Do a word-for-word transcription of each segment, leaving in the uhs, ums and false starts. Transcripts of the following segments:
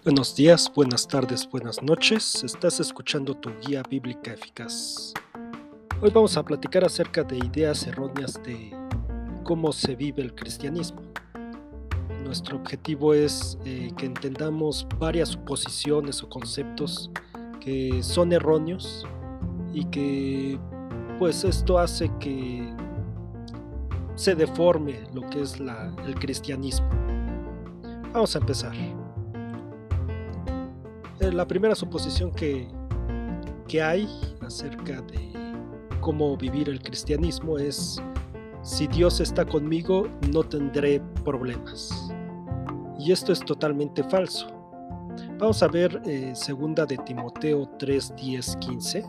Buenos días, buenas tardes, buenas noches. Estás escuchando tu guía bíblica eficaz. Hoy vamos a platicar acerca de ideas erróneas de cómo se vive el cristianismo. Nuestro objetivo es eh, que entendamos varias suposiciones o conceptos que son erróneos y que pues esto hace que se deforme lo que es la, el cristianismo. Vamos a empezar. La primera suposición que, que hay acerca de cómo vivir el cristianismo es: si Dios está conmigo, no tendré problemas. Y esto es totalmente falso. Vamos a ver eh, segunda de Timoteo tres, diez, quince.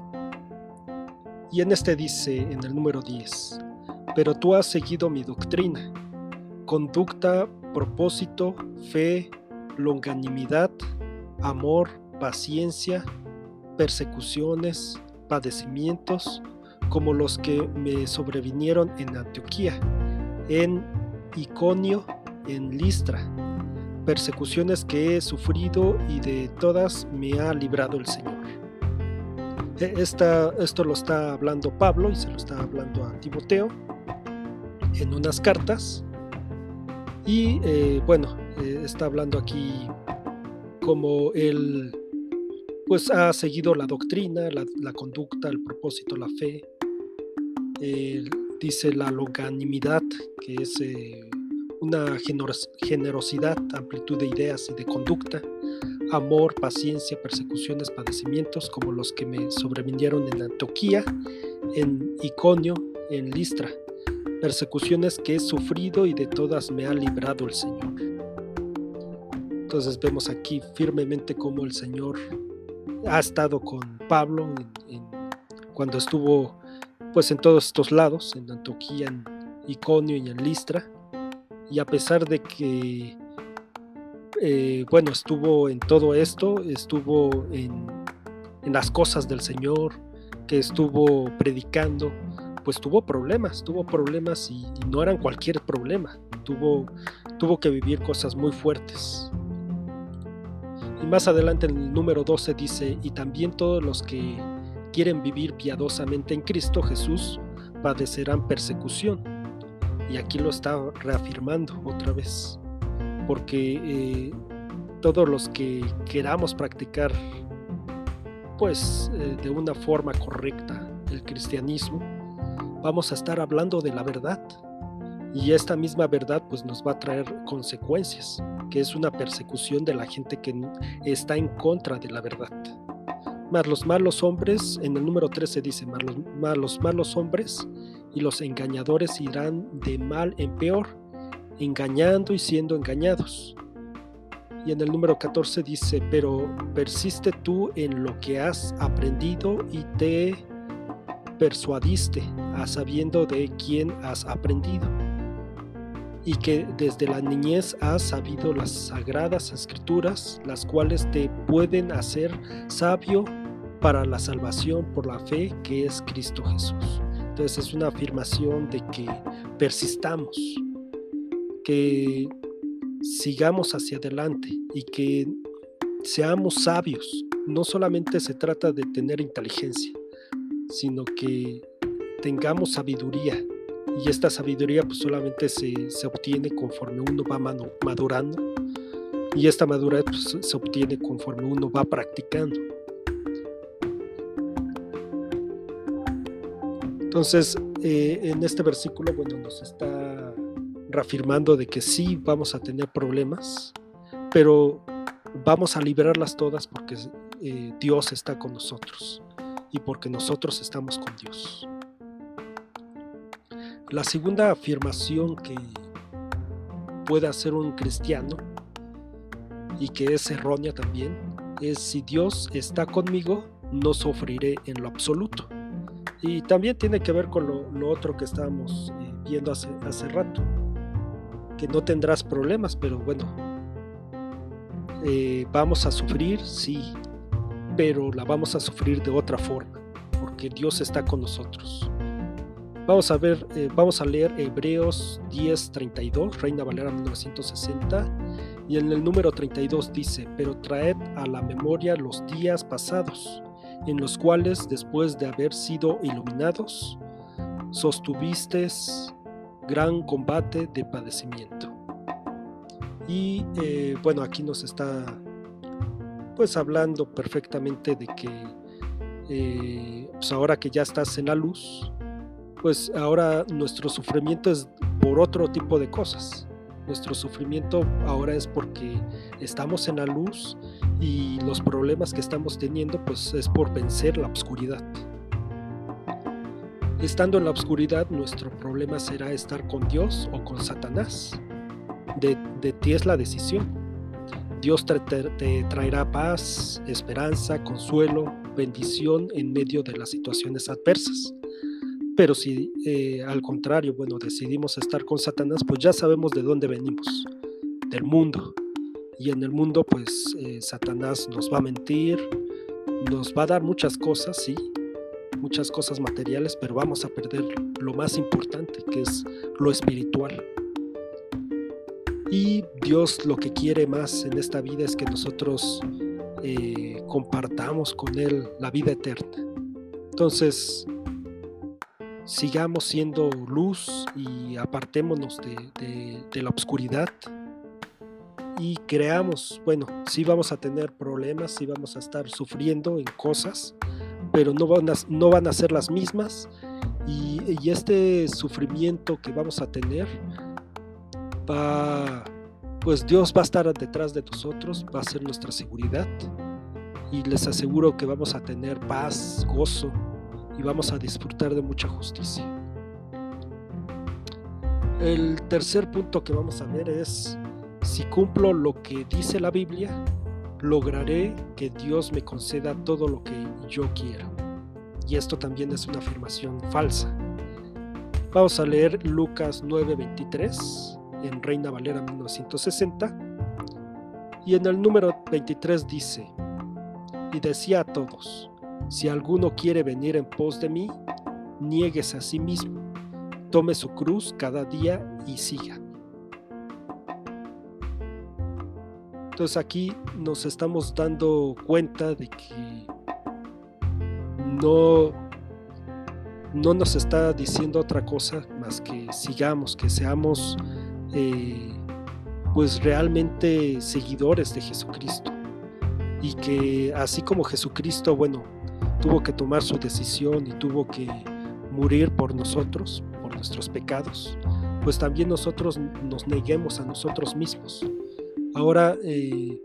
Y en este dice, en el número diez: pero tú has seguido mi doctrina, conducta, propósito, fe, longanimidad, amor, paciencia, persecuciones, padecimientos, como los que me sobrevinieron en Antioquía, en Iconio, en Listra, persecuciones que he sufrido y de todas me ha librado el Señor. Esta, esto lo está hablando Pablo y se lo está hablando a Timoteo en unas cartas y eh, bueno, eh, está hablando aquí como él pues ha seguido la doctrina, la, la conducta, el propósito, la fe. Eh, dice la longanimidad, que es eh, una generos, generosidad, amplitud de ideas y de conducta. Amor, paciencia, persecuciones, padecimientos, como los que me sobrevinieron en Antioquía, en Iconio, en Listra. Persecuciones que he sufrido y de todas me ha librado el Señor. Entonces vemos aquí firmemente cómo el Señor ha estado con Pablo en, en, cuando estuvo pues en todos estos lados, en Antioquía, en Iconio y en Listra, y a pesar de que eh, bueno, estuvo en todo esto, estuvo en, en las cosas del Señor, que estuvo predicando, pues tuvo problemas, tuvo problemas y, y no eran cualquier problema, tuvo, tuvo que vivir cosas muy fuertes. Y más adelante en el número doce dice: y también todos los que quieren vivir piadosamente en Cristo Jesús padecerán persecución. Y aquí lo está reafirmando otra vez, porque eh, todos los que queramos practicar pues eh, de una forma correcta el cristianismo, vamos a estar hablando de la verdad, y esta misma verdad pues nos va a traer consecuencias, que es una persecución de la gente que está en contra de la verdad. Mas los malos hombres, en el número trece dice: mas los, mas los malos hombres y los engañadores irán de mal en peor, engañando y siendo engañados. Y en el número catorce dice: pero persiste tú en lo que has aprendido y te persuadiste, a sabiendo de quién has aprendido, y que desde la niñez has sabido las sagradas escrituras, las cuales te pueden hacer sabio para la salvación por la fe que es Cristo Jesús. Entonces es una afirmación de que persistamos, que sigamos hacia adelante y que seamos sabios. No solamente se trata de tener inteligencia, sino que tengamos sabiduría. Y esta sabiduría pues solamente se, se obtiene conforme uno va madurando, y esta madurez pues, se obtiene conforme uno va practicando. Entonces eh, en este versículo bueno, nos está reafirmando de que sí vamos a tener problemas, pero vamos a librarlas todas porque eh, Dios está con nosotros y porque nosotros estamos con Dios. La segunda afirmación que puede hacer un cristiano y que es errónea también es: si Dios está conmigo, no sufriré en lo absoluto. Y también tiene que ver con lo, lo otro que estábamos eh, viendo hace, hace rato, que no tendrás problemas, pero bueno, eh, vamos a sufrir, sí, pero la vamos a sufrir de otra forma, porque Dios está con nosotros. Vamos a ver, eh, vamos a leer Hebreos diez treinta y dos, Reina Valera mil novecientos sesenta, Y en el número treinta y dos dice: pero traed a la memoria los días pasados, en los cuales, después de haber sido iluminados, sostuvisteis gran combate de padecimiento. Y eh, bueno, aquí nos está pues hablando perfectamente de que eh, pues ahora que ya estás en la luz, pues ahora nuestro sufrimiento es por otro tipo de cosas. Nuestro sufrimiento ahora es porque estamos en la luz y los problemas que estamos teniendo pues es por vencer la oscuridad. Estando en la oscuridad, nuestro problema será estar con Dios o con Satanás. De, de ti es la decisión. Dios te, te, te traerá paz, esperanza, consuelo, bendición en medio de las situaciones adversas. Pero si eh, al contrario, bueno, decidimos estar con Satanás, pues ya sabemos de dónde venimos, del mundo. Y en el mundo, pues eh, Satanás nos va a mentir, nos va a dar muchas cosas, sí, muchas cosas materiales, pero vamos a perder lo más importante, que es lo espiritual. Y Dios lo que quiere más en esta vida es que nosotros eh, compartamos con Él la vida eterna. Entonces, sigamos siendo luz y apartémonos de, de, de la oscuridad y creamos, bueno, sí vamos a tener problemas, sí vamos a estar sufriendo en cosas, pero no van a, no van a ser las mismas, y, y este sufrimiento que vamos a tener va, pues Dios va a estar detrás de nosotros, va a ser nuestra seguridad, y les aseguro que vamos a tener paz, gozo, y vamos a disfrutar de mucha justicia. El tercer punto que vamos a ver es: si cumplo lo que dice la Biblia, lograré que Dios me conceda todo lo que yo quiero. Y esto también es una afirmación falsa. Vamos a leer Lucas nueve veintitrés en Reina Valera mil novecientos sesenta, y en el número veintitrés dice: y decía a todos: si alguno quiere venir en pos de mí, niéguese a sí mismo, tome su cruz cada día y siga. Entonces aquí nos estamos dando cuenta de que no, no nos está diciendo otra cosa más que sigamos, que seamos eh, pues realmente seguidores de Jesucristo, y que así como Jesucristo, bueno, tuvo que tomar su decisión y tuvo que morir por nosotros, por nuestros pecados, pues también nosotros nos neguemos a nosotros mismos. Ahora, eh,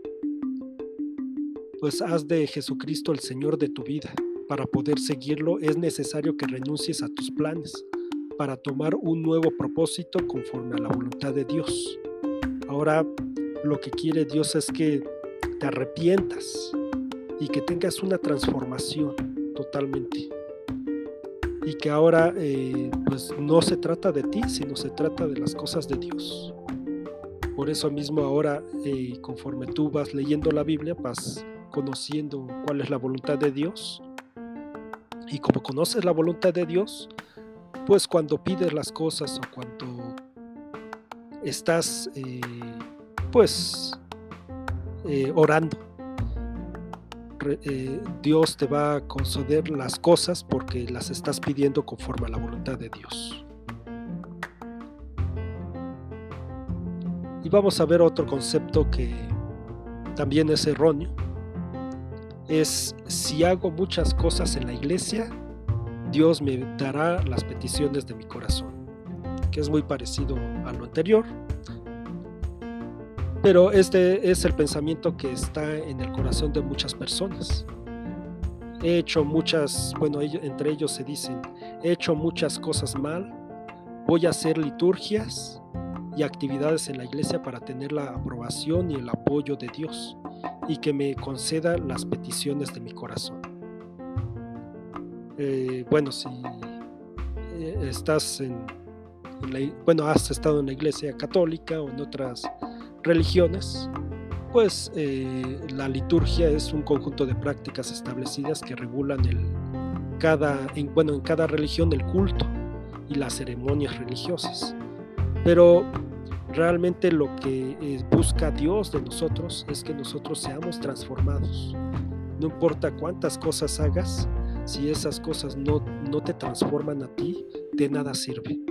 pues haz de Jesucristo el Señor de tu vida. Para poder seguirlo es necesario que renuncies a tus planes para tomar un nuevo propósito conforme a la voluntad de Dios. Ahora, lo que quiere Dios es que te arrepientas y que tengas una transformación totalmente. Y que ahora, eh, pues no se trata de ti, sino se trata de las cosas de Dios. Por eso mismo ahora, eh, conforme tú vas leyendo la Biblia, vas conociendo cuál es la voluntad de Dios. Y como conoces la voluntad de Dios, pues cuando pides las cosas o cuando estás, eh, pues, eh, orando, re, eh, Dios te va a conceder las cosas porque las estás pidiendo conforme a la voluntad de Dios. Y vamos a ver otro concepto que también es erróneo. Es: si hago muchas cosas en la iglesia, Dios me dará las peticiones de mi corazón, que es muy parecido a lo anterior, pero este es el pensamiento que está en el corazón de muchas personas. He hecho muchas, bueno, entre ellos se dicen: he hecho muchas cosas mal, voy a hacer liturgias y actividades en la iglesia para tener la aprobación y el apoyo de Dios, y que me conceda las peticiones de mi corazón. Eh, bueno, si eh, estás en, en la, bueno, has estado en la iglesia católica o en otras religiones, pues eh, la liturgia es un conjunto de prácticas establecidas que regulan el, cada, en, bueno, en cada religión el culto y las ceremonias religiosas. Pero Realmente lo que eh, busca Dios de nosotros es que nosotros seamos transformados. No importa cuántas cosas hagas, si esas cosas no, no te transforman a ti, de nada sirve.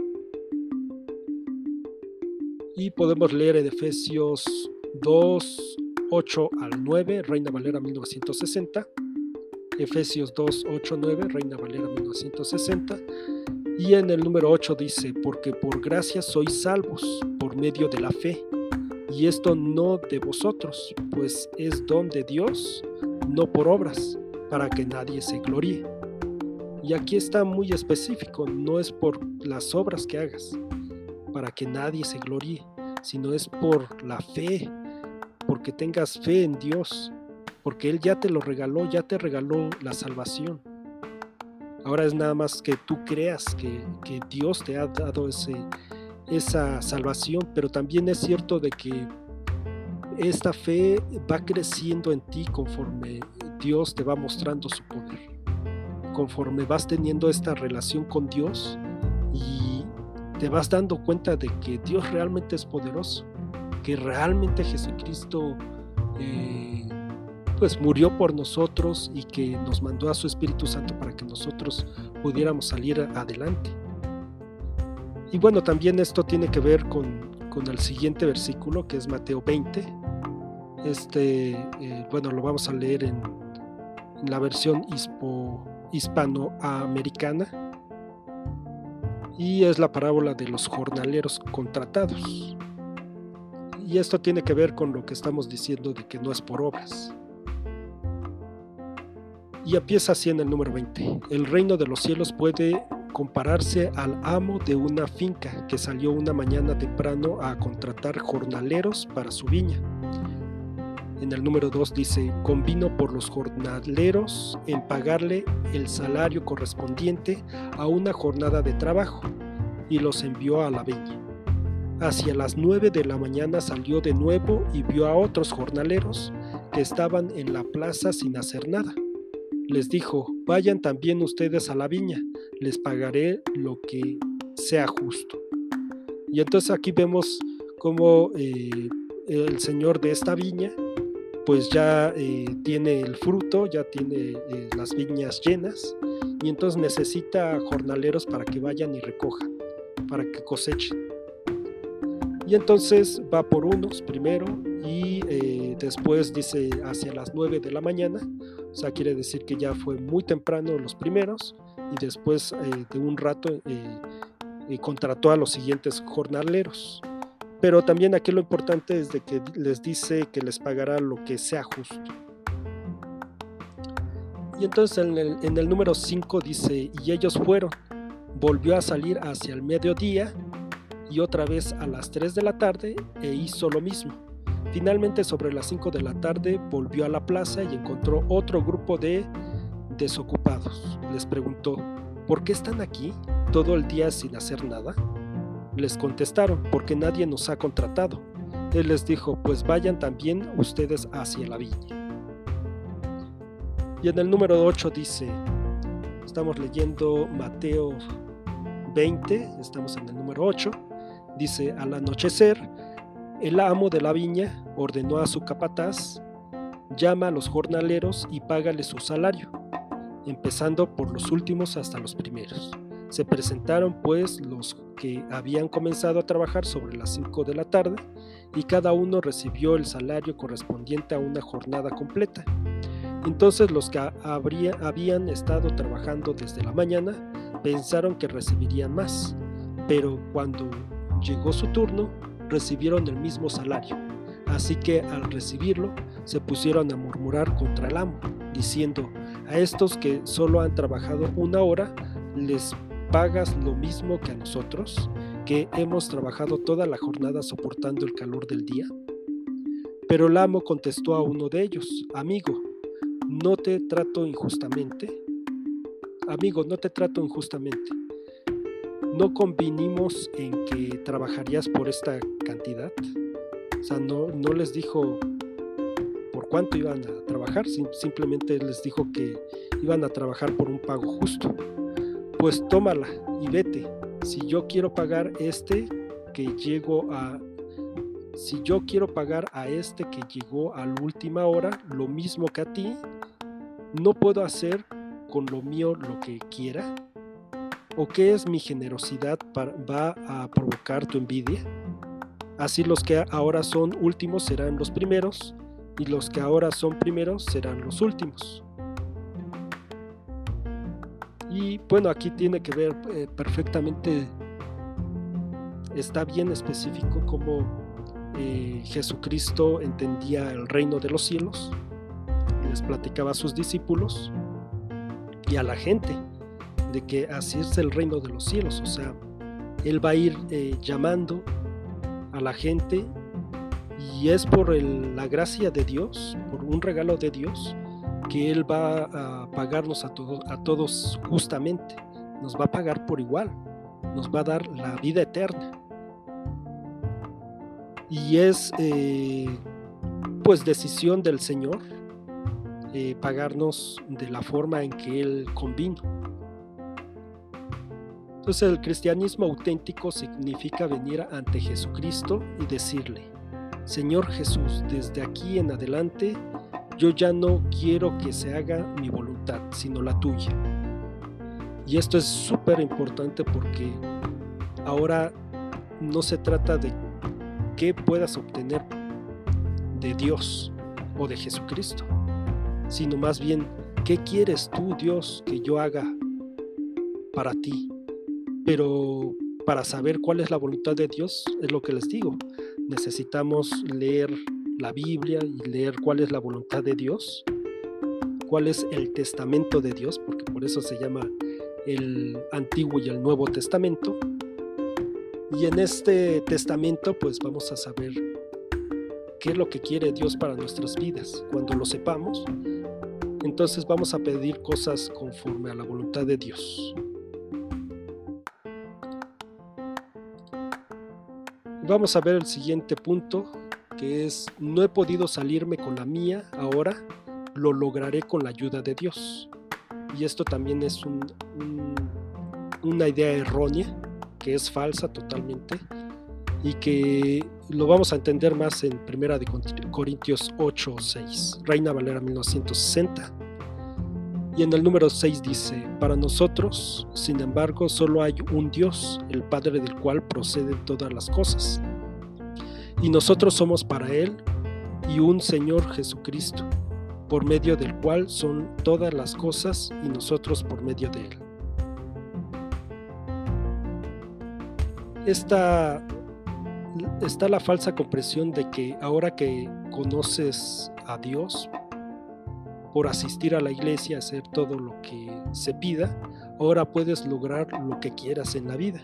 Y podemos leer en Efesios dos, ocho al nueve, Reina Valera mil novecientos sesenta. Efesios dos, ocho, nueve, Reina Valera mil novecientos sesenta. Y en el número ocho dice: porque por gracia sois salvos por medio de la fe, y esto no de vosotros, pues es don de Dios, no por obras, para que nadie se gloríe. Y aquí está muy específico, no es por las obras que hagas, para que nadie se gloríe, sino es por la fe, porque tengas fe en Dios, porque Él ya te lo regaló, ya te regaló la salvación. Ahora es nada más que tú creas que, que Dios te ha dado ese, esa salvación, pero también es cierto de que esta fe va creciendo en ti conforme Dios te va mostrando su poder, conforme vas teniendo esta relación con Dios y te vas dando cuenta de que Dios realmente es poderoso, que realmente Jesucristo eh, pues murió por nosotros y que nos mandó a su Espíritu Santo para que nosotros pudiéramos salir adelante. Y bueno, también esto tiene que ver con, con el siguiente versículo, que es Mateo veinte. Este, eh, bueno, lo vamos a leer en, en la versión hispo, hispanoamericana, y es la parábola de los jornaleros contratados. Y esto tiene que ver con lo que estamos diciendo de que no es por obras. Y empieza así en el número veinte. El reino de los cielos puede compararse al amo de una finca que salió una mañana temprano a contratar jornaleros para su viña. En el número dos dice: convino por los jornaleros en pagarle el salario correspondiente a una jornada de trabajo, y los envió a la viña. Hacia las nueve de la mañana salió de nuevo y vio a otros jornaleros que estaban en la plaza sin hacer nada. Les dijo: vayan también ustedes a la viña, les pagaré lo que sea justo. Y entonces aquí vemos cómo eh, el señor de esta viña pues ya eh, tiene el fruto, ya tiene eh, las viñas llenas, y entonces necesita jornaleros para que vayan y recojan, para que cosechen. Y entonces va por unos primero y eh, después dice hacia las nueve de la mañana, o sea, quiere decir que ya fue muy temprano los primeros, y después eh, de un rato eh, eh, contrató a los siguientes jornaleros. Pero también aquí lo importante es de que les dice que les pagará lo que sea justo. Y entonces en el, en el número cinco dice: y ellos fueron, volvió a salir hacia el mediodía y otra vez a las tres de la tarde e hizo lo mismo. Finalmente sobre las cinco de la tarde volvió a la plaza y encontró otro grupo de desocupados. Les preguntó: ¿por qué están aquí todo el día sin hacer nada? Les contestaron: porque nadie nos ha contratado. Él les dijo: pues vayan también ustedes hacia la viña. Y en el número ocho dice, estamos leyendo Mateo veinte, estamos en el número ocho, dice: al anochecer, el amo de la viña ordenó a su capataz: llama a los jornaleros y págale su salario, empezando por los últimos hasta los primeros. Se presentaron pues los que habían comenzado a trabajar sobre las cinco de la tarde, y cada uno recibió el salario correspondiente a una jornada completa. Entonces los que habría, habían estado trabajando desde la mañana pensaron que recibirían más, pero cuando llegó su turno recibieron el mismo salario. Así que al recibirlo se pusieron a murmurar contra el amo, diciendo: a estos que solo han trabajado una hora les pagas lo mismo que a nosotros, que hemos trabajado toda la jornada soportando el calor del día. Pero el amo contestó a uno de ellos: amigo, no te trato injustamente. Amigo, no te trato injustamente. ¿No convinimos en que trabajarías por esta cantidad? O sea, no, no les dijo por cuánto iban a trabajar, simplemente les dijo que iban a trabajar por un pago justo. Pues tómala y vete. Si yo quiero pagar este que llego a si yo quiero pagar a este que llegó a la última hora lo mismo que a ti, ¿no puedo hacer con lo mío lo que quiera? ¿O qué es mi generosidad para, va a provocar tu envidia? Así los que ahora son últimos serán los primeros, y los que ahora son primeros serán los últimos. Y bueno, aquí tiene que ver eh, perfectamente, está bien específico cómo eh, Jesucristo entendía el reino de los cielos. Les platicaba a sus discípulos y a la gente de que así es el reino de los cielos. O sea, Él va a ir eh, llamando a la gente, y es por el, la gracia de Dios, por un regalo de Dios, que Él va a pagarnos a, todo, a todos justamente. Nos va a pagar por igual, nos va a dar la vida eterna. Y es eh, pues decisión del Señor eh, pagarnos de la forma en que Él convino. Entonces el cristianismo auténtico significa venir ante Jesucristo y decirle: Señor Jesús, desde aquí en adelante yo ya no quiero que se haga mi voluntad, sino la tuya. Y esto es súper importante porque ahora no se trata de qué puedas obtener de Dios o de Jesucristo, sino más bien, ¿qué quieres tú, Dios, que yo haga para ti? Pero para saber cuál es la voluntad de Dios, es lo que les digo, necesitamos leer la Biblia y leer cuál es la voluntad de Dios, cuál es el testamento de Dios, porque por eso se llama el Antiguo y el Nuevo Testamento. Y en este testamento pues vamos a saber qué es lo que quiere Dios para nuestras vidas. Cuando lo sepamos, entonces vamos a pedir cosas conforme a la voluntad de Dios. Vamos a ver el siguiente punto, que es: no he podido salirme con la mía, ahora lo lograré con la ayuda de Dios. Y esto también es un, un, una idea errónea, que es falsa totalmente, y que lo vamos a entender más en primera de Corintios ocho seis, Reina Valera mil novecientos sesenta. Y en el número seis dice: para nosotros, sin embargo, solo hay un Dios, el Padre del cual proceden todas las cosas, y nosotros somos para Él, y un Señor Jesucristo, por medio del cual son todas las cosas, y nosotros por medio de Él. Esta, está la falsa comprensión de que ahora que conoces a Dios, por asistir a la iglesia, hacer todo lo que se pida, ahora puedes lograr lo que quieras en la vida.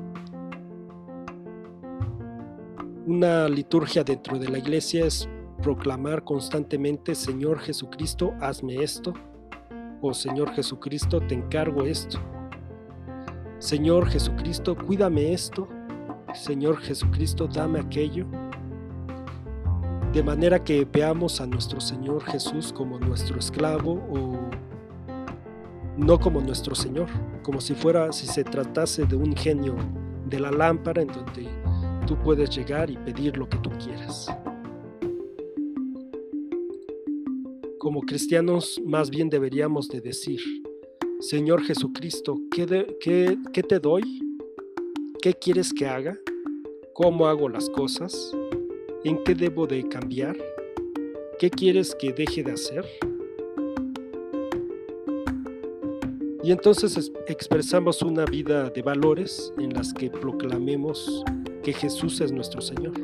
Una liturgia dentro de la iglesia es proclamar constantemente: Señor Jesucristo, hazme esto, o Señor Jesucristo, te encargo esto. Señor Jesucristo, cuídame esto. Señor Jesucristo, dame aquello. De manera que veamos a nuestro Señor Jesús como nuestro esclavo, o no como nuestro Señor, como si fuera, si se tratase de un genio de la lámpara en donde tú puedes llegar y pedir lo que tú quieras. Como cristianos, más bien deberíamos de decir: Señor Jesucristo, ¿qué, de, qué, qué te doy? ¿Qué quieres que haga? ¿Cómo hago las cosas? ¿En qué debo de cambiar? ¿Qué quieres que deje de hacer? Y entonces expresamos una vida de valores en las que proclamemos que Jesús es nuestro Señor.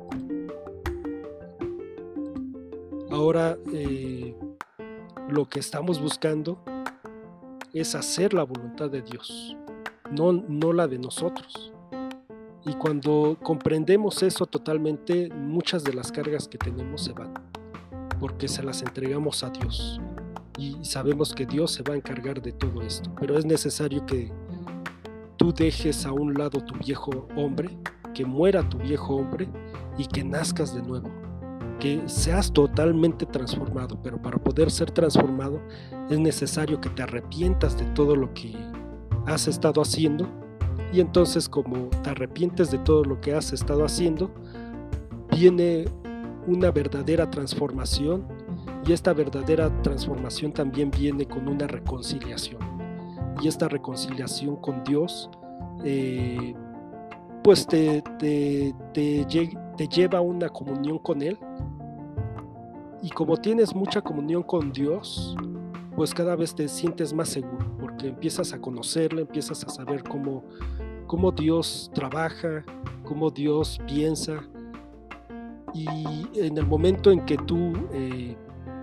Ahora eh, lo que estamos buscando es hacer la voluntad de Dios, no, no la de nosotros. Y cuando comprendemos eso totalmente, muchas de las cargas que tenemos se van, porque se las entregamos a Dios y sabemos que Dios se va a encargar de todo esto. Pero es necesario que tú dejes a un lado tu viejo hombre, que muera tu viejo hombre y que nazcas de nuevo, que seas totalmente transformado. Pero para poder ser transformado es necesario que te arrepientas de todo lo que has estado haciendo. Y entonces, como te arrepientes de todo lo que has estado haciendo, viene una verdadera transformación, y esta verdadera transformación también viene con una reconciliación, y esta reconciliación con Dios eh, pues te, te, te, te lleva a una comunión con Él, y como tienes mucha comunión con Dios, pues cada vez te sientes más seguro, porque empiezas a conocerle, empiezas a saber cómo, cómo Dios trabaja, cómo Dios piensa, y en el momento en que tú eh,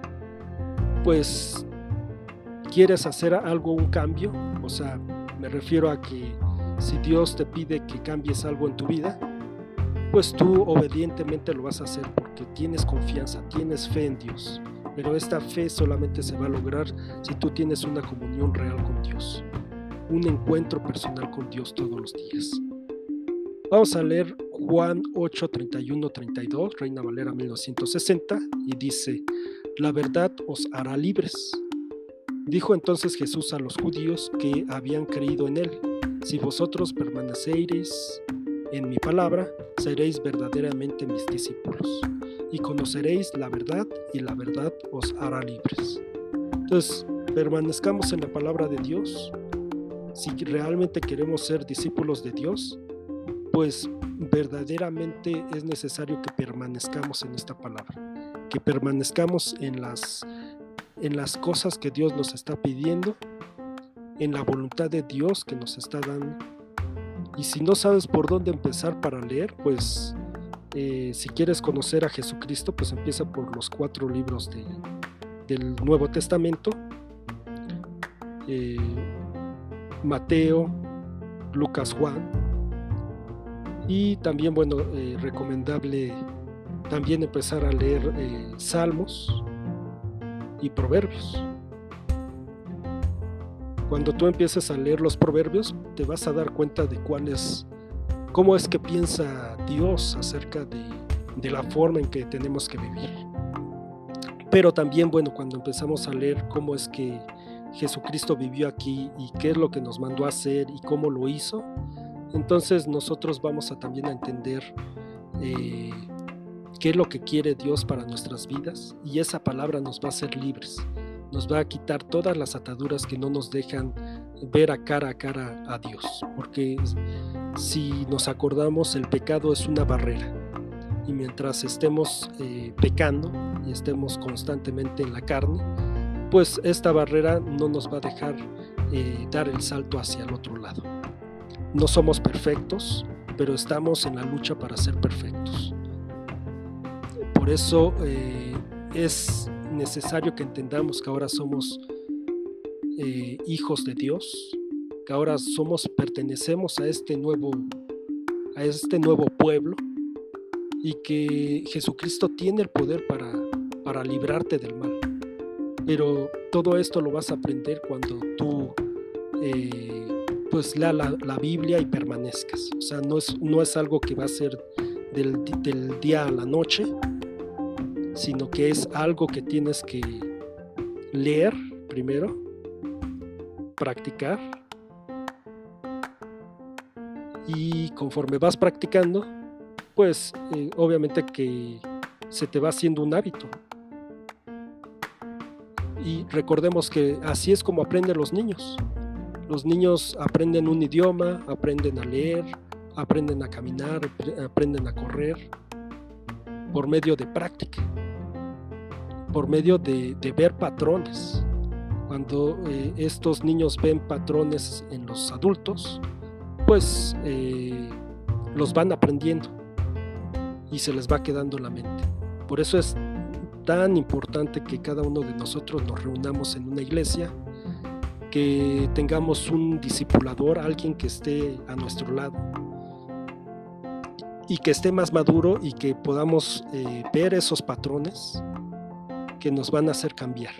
pues quieres hacer algo, un cambio, o sea, me refiero a que si Dios te pide que cambies algo en tu vida, pues tú obedientemente lo vas a hacer porque tienes confianza, tienes fe en Dios. Pero esta fe solamente se va a lograr si tú tienes una comunión real con Dios, un encuentro personal con Dios todos los días. Vamos a leer Juan ocho, treinta y uno, treinta y dos, Reina Valera mil novecientos sesenta, y dice: la verdad os hará libres. Dijo entonces Jesús a los judíos que habían creído en él: si vosotros permaneceréis en mi palabra, seréis verdaderamente mis discípulos, y conoceréis la verdad, y la verdad os hará libres. Entonces, permanezcamos en la palabra de Dios. Si realmente queremos ser discípulos de Dios, pues verdaderamente es necesario que permanezcamos en esta palabra, que permanezcamos en las, en las cosas que Dios nos está pidiendo, en la voluntad de Dios que nos está dando. Y si no sabes por dónde empezar para leer, pues eh, si quieres conocer a Jesucristo, pues empieza por los cuatro libros de, del Nuevo Testamento: eh, Mateo, Lucas, Juan. Y también, bueno, eh, recomendable también empezar a leer eh, Salmos y Proverbios. Cuando tú empieces a leer los Proverbios, te vas a dar cuenta de cuál es, cómo es que piensa Dios acerca de, de la forma en que tenemos que vivir. Pero también, bueno, cuando empezamos a leer cómo es que Jesucristo vivió aquí y qué es lo que nos mandó a hacer y cómo lo hizo, entonces nosotros vamos a también a entender eh, qué es lo que quiere Dios para nuestras vidas, y esa palabra nos va a hacer libres, nos va a quitar todas las ataduras que no nos dejan ver a cara a cara a Dios, porque si nos acordamos, el pecado es una barrera, y mientras estemos eh, pecando y estemos constantemente en la carne, pues esta barrera no nos va a dejar eh, dar el salto hacia el otro lado. No somos perfectos, pero estamos en la lucha para ser perfectos. Por eso eh, es necesario que entendamos que ahora somos eh, hijos de Dios, que ahora somos, pertenecemos a este nuevo, a este nuevo pueblo, y que Jesucristo tiene el poder para, para librarte del mal. Pero todo esto lo vas a aprender cuando tú eh, pues lea la, la Biblia y permanezcas. O sea, no es, no es algo que va a ser del, del día a la noche, sino que es algo que tienes que leer primero, practicar, y conforme vas practicando, pues eh, obviamente que se te va haciendo un hábito. Y recordemos que así es como aprenden los niños. Los niños aprenden un idioma, aprenden a leer, aprenden a caminar, aprenden a correr por medio de práctica, por medio de, de ver patrones. Cuando eh, estos niños ven patrones en los adultos, pues eh, los van aprendiendo y se les va quedando en la mente. Por eso es tan importante que cada uno de nosotros nos reunamos en una iglesia, que tengamos un discipulador, alguien que esté a nuestro lado y que esté más maduro, y que podamos eh, ver esos patrones que nos van a hacer cambiar.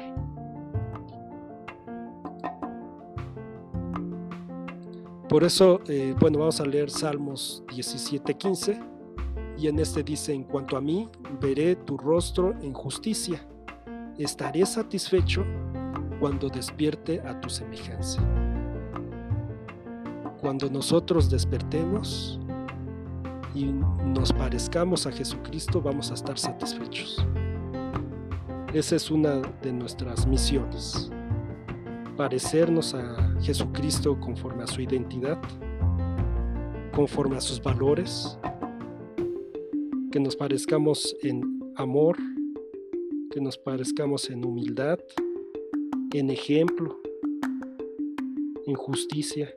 Por eso, eh, bueno, vamos a leer Salmos diecisiete, quince, y en este dice: en cuanto a mí, veré tu rostro en justicia, estaré satisfecho cuando despierte a tu semejanza. Cuando nosotros despertemos, y nos parezcamos a Jesucristo, vamos a estar satisfechos. Esa es una de nuestras misiones, parecernos a Jesucristo conforme a su identidad, conforme a sus valores, que nos parezcamos en amor, que nos parezcamos en humildad, en ejemplo, en justicia,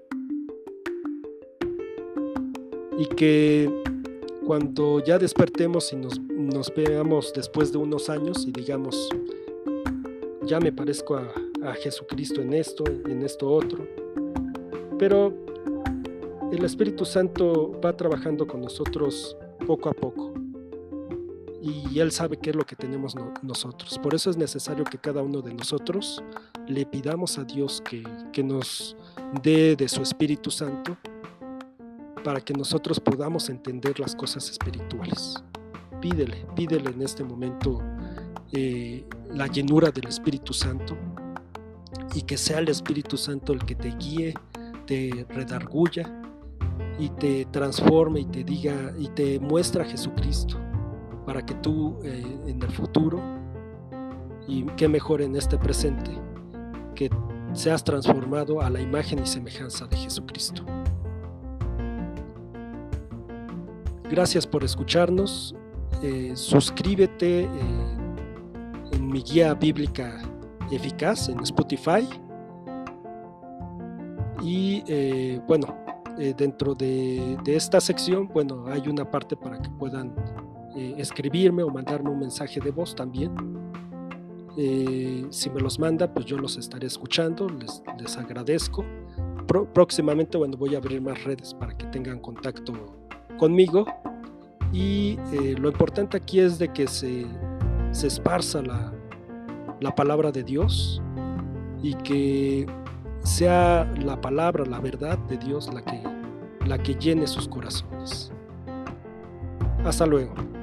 y que cuando ya despertemos y nos, nos veamos después de unos años y digamos, ya me parezco a, a Jesucristo en esto, en esto otro, pero el Espíritu Santo va trabajando con nosotros poco a poco y Él sabe qué es lo que tenemos no, nosotros. Por eso es necesario que cada uno de nosotros le pidamos a Dios que, que nos dé de su Espíritu Santo para que nosotros podamos entender las cosas espirituales. Pídele, pídele en este momento eh, la llenura del Espíritu Santo, y que sea el Espíritu Santo el que te guíe, te redarguya y te transforme y te diga y te muestra a Jesucristo, para que tú eh, en el futuro, y qué mejor en este presente, que seas transformado a la imagen y semejanza de Jesucristo. Gracias por escucharnos. Eh, suscríbete eh, en mi guía bíblica eficaz en Spotify. Y eh, bueno, eh, dentro de, de esta sección, bueno, hay una parte para que puedan eh, escribirme o mandarme un mensaje de voz también. Eh, si me los manda, pues yo los estaré escuchando, les, les agradezco. Pro, próximamente, bueno, voy a abrir más redes para que tengan contacto conmigo, y eh, lo importante aquí es de que se, se esparza la, la palabra de Dios, y que sea la palabra, la verdad de Dios la que, la que llene sus corazones. Hasta luego.